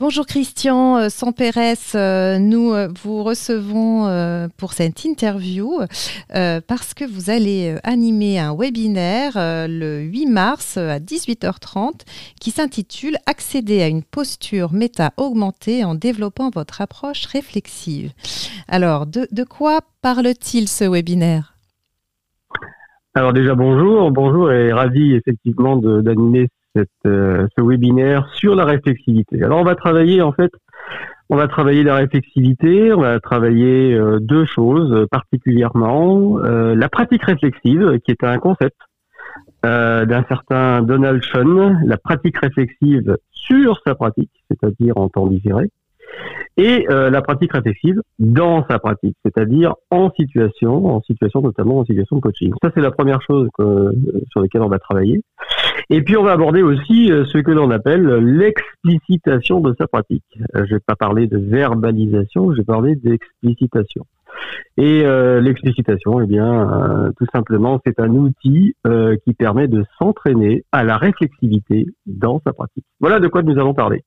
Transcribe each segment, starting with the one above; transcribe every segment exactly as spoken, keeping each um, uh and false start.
Bonjour Christian euh, Sampérez, euh, nous euh, vous recevons euh, pour cette interview euh, parce que vous allez euh, animer un webinaire euh, le huit mars euh, à dix-huit heures trente qui s'intitule « Accéder à une posture méta augmentée en développant votre approche réflexive ». Alors, de, de quoi parle-t-il ce webinaire ? Alors déjà bonjour, bonjour et ravi effectivement de, d'animer cette, euh, ce webinaire sur la réflexivité. Alors on va travailler en fait, on va travailler la réflexivité, on va travailler euh, deux choses particulièrement. Euh, la pratique réflexive qui est un concept euh, d'un certain Donald Schoen, la pratique réflexive sur sa pratique, c'est-à-dire en temps différé. Et euh, la pratique réflexive dans sa pratique, c'est-à-dire en situation, en situation notamment en situation de coaching. Ça, c'est la première chose que, sur laquelle on va travailler. Et puis, on va aborder aussi euh, ce que l'on appelle l'explicitation de sa pratique. Euh, je vais pas parler de verbalisation, je vais parler d'explicitation. Et euh, l'explicitation, eh bien, euh, tout simplement, c'est un outil euh, qui permet de s'entraîner à la réflexivité dans sa pratique. Voilà de quoi nous allons parler.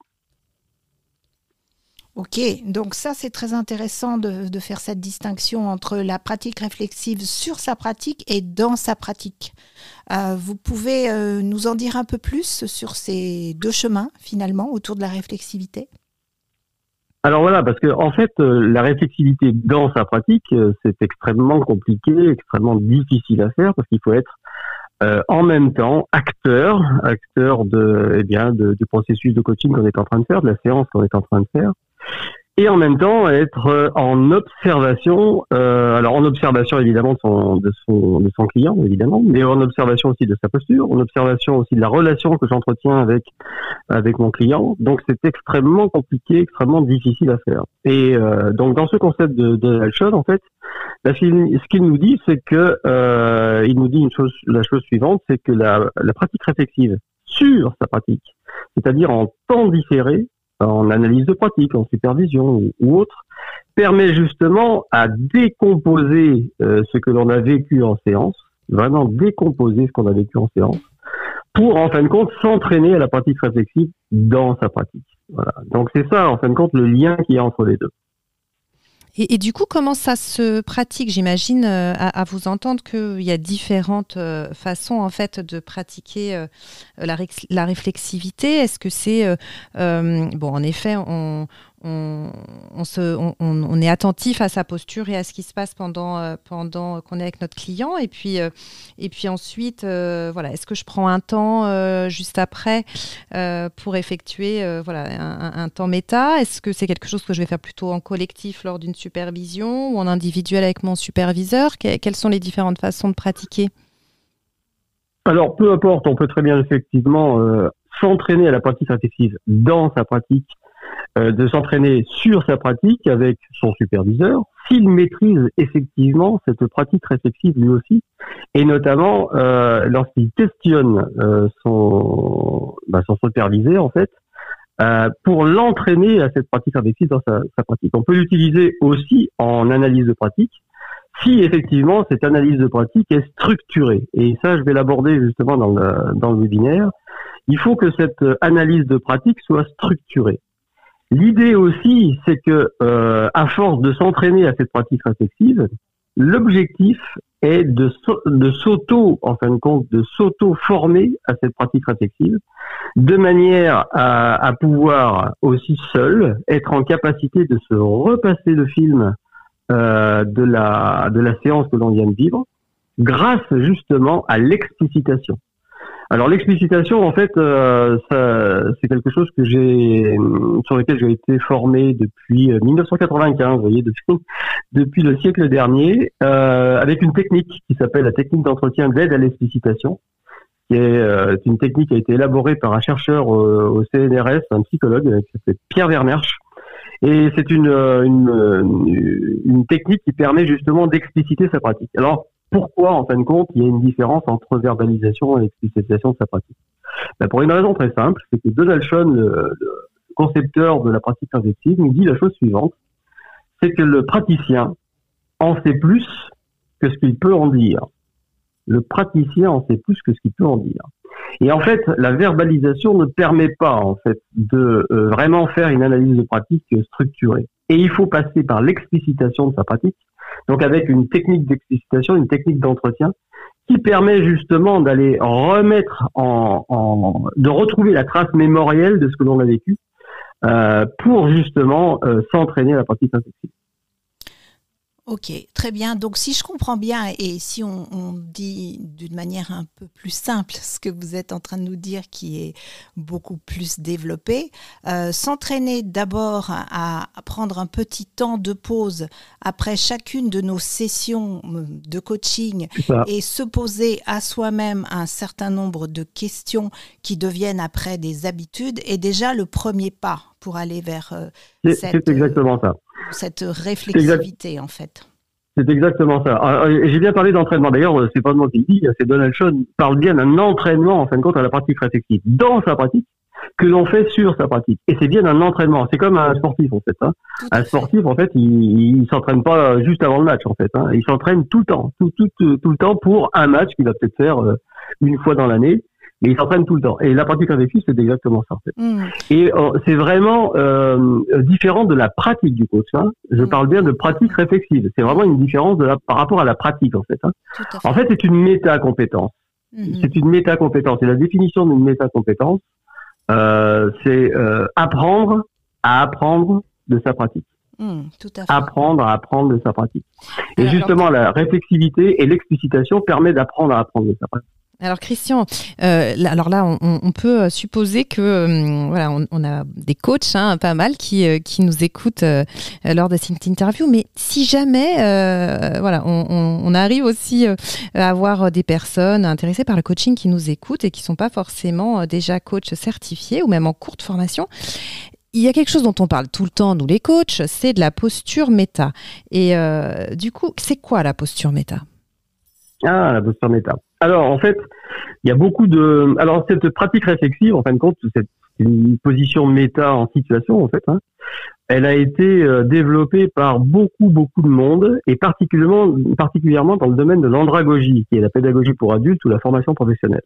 Ok, donc ça c'est très intéressant de, de faire cette distinction entre la pratique réflexive sur sa pratique et dans sa pratique. Euh, vous pouvez euh, nous en dire un peu plus sur ces deux chemins finalement autour de la réflexivité ? Alors voilà, parce que en fait, euh, la réflexivité dans sa pratique, euh, c'est extrêmement compliqué, extrêmement difficile à faire parce qu'il faut être euh, en même temps acteur, acteur de, eh bien, de, du processus de coaching qu'on est en train de faire, de la séance qu'on est en train de faire. Et en même temps être en observation, euh, alors en observation évidemment de son, de son de son client évidemment, mais en observation aussi de sa posture, en observation aussi de la relation que j'entretiens avec avec mon client. Donc c'est extrêmement compliqué, extrêmement difficile à faire. Et euh, donc dans ce concept de, de Schoen, en fait, là, ce qu'il nous dit, c'est que euh, il nous dit une chose, la chose suivante, c'est que la, la pratique réflexive sur sa pratique, c'est-à-dire en temps différé, en analyse de pratique, en supervision ou, ou autre, permet justement à décomposer euh, ce que l'on a vécu en séance, vraiment décomposer ce qu'on a vécu en séance, pour en fin de compte s'entraîner à la pratique réflexive dans sa pratique. Voilà. Donc c'est ça, en fin de compte, le lien qu'il y a entre les deux. Et, et du coup, comment ça se pratique ? J'imagine, euh, à, à vous entendre, qu'il y a différentes euh, façons en fait de pratiquer euh, la, ré- la réflexivité. Est-ce que c'est euh, euh, bon, en effet, on, on, on, se, on, on est attentif à sa posture et à ce qui se passe pendant, euh, pendant qu'on est avec notre client. Et puis, euh, et puis ensuite, euh, voilà, est-ce que je prends un temps euh, juste après euh, pour effectuer euh, voilà, un, un temps méta ? Est-ce que c'est quelque chose que je vais faire plutôt en collectif lors d'une supervision ou en individuel avec mon superviseur ? Que, quelles sont les différentes façons de pratiquer ? Alors, peu importe, on peut très bien effectivement euh, s'entraîner à la pratique réflexive dans sa pratique, euh, de s'entraîner sur sa pratique avec son superviseur, s'il maîtrise effectivement cette pratique réflexive lui aussi, et notamment euh, lorsqu'il questionne euh, son, bah, son superviseur en fait, euh, pour l'entraîner à cette pratique réflexive dans sa, sa pratique. On peut l'utiliser aussi en analyse de pratique, si effectivement cette analyse de pratique est structurée. Et ça, je vais l'aborder justement dans le, dans le webinaire. Il faut que cette analyse de pratique soit structurée. L'idée aussi, c'est que euh, à force de s'entraîner à cette pratique réflexive, l'objectif est de, de s'auto, en fin de compte, de s'auto-former à cette pratique réflexive, de manière à, à pouvoir aussi seul être en capacité de se repasser le film euh, de la de la séance que l'on vient de vivre, grâce justement à l'explicitation. Alors l'explicitation, en fait, euh, ça, c'est quelque chose que j'ai sur lequel j'ai été formé depuis mille neuf cent quatre-vingt-quinze, vous voyez, depuis, depuis le siècle dernier, euh, avec une technique qui s'appelle la technique d'entretien d'aide à l'explicitation, qui est euh, une technique qui a été élaborée par un chercheur euh, au C N R S, un psychologue qui s'appelle Pierre Vermersch. Et c'est une, une, une technique qui permet justement d'expliciter sa pratique. Alors, pourquoi, en fin de compte, il y a une différence entre verbalisation et explicitation de sa pratique ? Ben, pour une raison très simple, c'est que Donald Schoen, le, le concepteur de la pratique réflexive, nous dit la chose suivante, c'est que le praticien en sait plus que ce qu'il peut en dire. Le praticien en sait plus que ce qu'il peut en dire. Et en fait, la verbalisation ne permet pas en fait de euh, vraiment faire une analyse de pratique structurée. Et il faut passer par l'explicitation de sa pratique, donc avec une technique d'explicitation, une technique d'entretien, qui permet justement d'aller remettre en, en de retrouver la trace mémorielle de ce que l'on a vécu euh, pour justement euh, s'entraîner à la pratique réflexive. Ok, très bien. Donc, si je comprends bien, et si on, on dit d'une manière un peu plus simple ce que vous êtes en train de nous dire, qui est beaucoup plus développé, euh, s'entraîner d'abord à, à prendre un petit temps de pause après chacune de nos sessions de coaching et se poser à soi-même un certain nombre de questions qui deviennent après des habitudes, est déjà le premier pas pour aller vers euh, c'est, cette... c'est exactement ça. cette réflexivité, en fait. C'est exactement ça. Alors, j'ai bien parlé d'entraînement. D'ailleurs, c'est pas moi qui le dis, c'est Donald Schoen qui parle bien d'un entraînement, en fin de compte, à la pratique réflexive, dans sa pratique, que l'on fait sur sa pratique. Et c'est bien un entraînement. C'est comme un sportif, en fait. Hein. Un sportif, fait. en fait, il, il s'entraîne pas juste avant le match, en fait. Hein. Il s'entraîne tout le temps, tout, tout, tout, tout le temps pour un match qu'il va peut-être faire euh, une fois dans l'année. Mais il s'entraîne tout le temps. Et la pratique réflexive, c'est exactement ça, en fait. Mmh. Et euh, c'est vraiment euh, différent de la pratique du coach. Hein. Je mmh. parle bien de pratique réflexive. C'est vraiment une différence de la, par rapport à la pratique, en fait. Hein. fait. En fait, c'est une méta-compétence. Mmh. C'est une méta-compétence. Et la définition d'une méta-compétence, euh, c'est euh, apprendre à apprendre de sa pratique. Mmh, tout à fait. Apprendre à apprendre de sa pratique. Et alors, justement, alors... la réflexivité et l'explicitation permettent d'apprendre à apprendre de sa pratique. Alors Christian, euh, là, alors là, on, on peut supposer que euh, voilà, on, on a des coachs, hein, pas mal, qui euh, qui nous écoutent euh, lors de cette interview. Mais si jamais, euh, voilà, on, on, on arrive aussi euh, à avoir des personnes intéressées par le coaching qui nous écoutent et qui sont pas forcément déjà coachs certifiés ou même en cours de formation. Il y a quelque chose dont on parle tout le temps, nous les coachs, c'est de la posture méta. Et euh, du coup, c'est quoi la posture méta ? Ah, la posture méta. Alors, en fait, il y a beaucoup de... Alors, cette pratique réflexive, en fin de compte, c'est une position méta en situation, en fait. Hein. Elle a été euh, développée par beaucoup, beaucoup de monde, et particulièrement, particulièrement dans le domaine de l'andragogie, qui est la pédagogie pour adultes ou la formation professionnelle.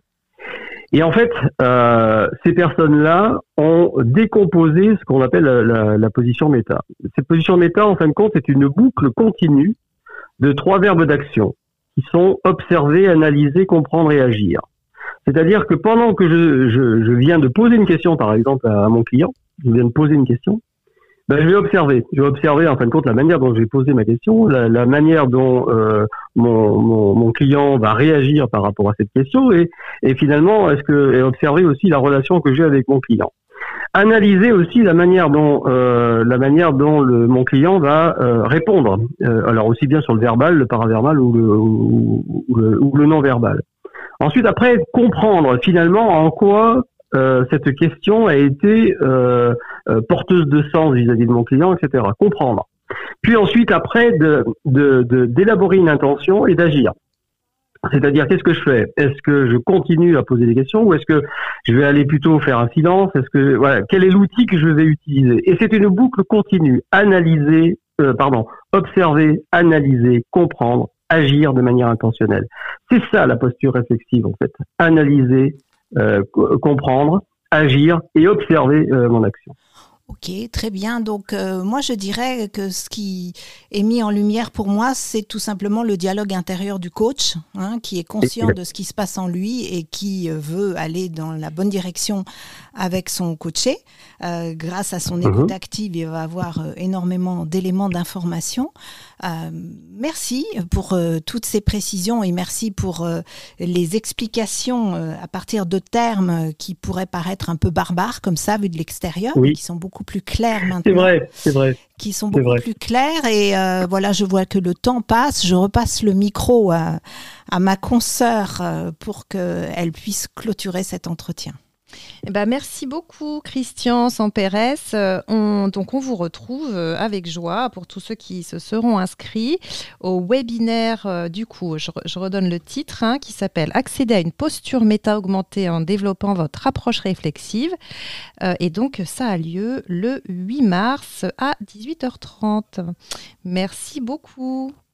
Et en fait, euh, ces personnes-là ont décomposé ce qu'on appelle la, la, la position méta. Cette position méta, en fin de compte, c'est une boucle continue de trois verbes d'action, qui sont observer, analyser, comprendre et agir. C'est-à-dire que pendant que je, je, je viens de poser une question, par exemple, à, à mon client, je viens de poser une question, ben, je vais observer. Je vais observer, en fin de compte, la manière dont je vais poser ma question, la, la manière dont euh, mon, mon, mon client va réagir par rapport à cette question, et, et finalement, est-ce que, et observer aussi la relation que j'ai avec mon client. Analyser aussi la manière dont euh, la manière dont le, mon client va euh, répondre. Euh, alors aussi bien sur le verbal, le paraverbal ou le, ou, ou le, ou le non verbal. Ensuite, après, comprendre finalement en quoi euh, cette question a été euh, euh, porteuse de sens vis-à-vis de mon client, et cetera. Comprendre. Puis ensuite, après, de, de, de, d'élaborer une intention et d'agir. C'est-à-dire, qu'est-ce que je fais ? Est-ce que je continue à poser des questions ou est-ce que je vais aller plutôt faire un silence ? Est-ce que voilà, quel est l'outil que je vais utiliser ? Et c'est une boucle continue. Analyser, euh, pardon, observer, analyser, comprendre, agir de manière intentionnelle. C'est ça la posture réflexive en fait. Analyser, euh, co- comprendre, agir et observer euh, mon action. Ok, très bien. Donc, euh, moi, je dirais que ce qui est mis en lumière pour moi, c'est tout simplement le dialogue intérieur du coach, hein, qui est conscient de ce qui se passe en lui et qui veut aller dans la bonne direction avec son coaché. Euh, grâce à son écoute active, il va avoir euh, énormément d'éléments d'information. Euh, merci pour euh, toutes ces précisions et merci pour euh, les explications euh, à partir de termes qui pourraient paraître un peu barbares comme ça, vu de l'extérieur, oui. mais qui sont beaucoup plus clairs maintenant. C'est vrai, c'est vrai. Qui sont beaucoup plus clairs et euh, voilà, je vois que le temps passe. Je repasse le micro à, à ma consoeur euh, pour qu'elle puisse clôturer cet entretien. Eh ben, merci beaucoup Christian Sampérez. Euh, on, donc on vous retrouve euh, avec joie pour tous ceux qui se seront inscrits au webinaire euh, du coup, je, je redonne le titre hein, qui s'appelle « Accéder à une posture méta augmentée en développant votre approche réflexive euh, ». Et donc ça a lieu le huit mars à dix-huit heures trente. Merci beaucoup.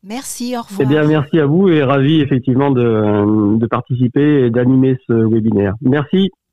Merci, au revoir. Eh bien, merci à vous et ravi effectivement de, de participer et d'animer ce webinaire. Merci.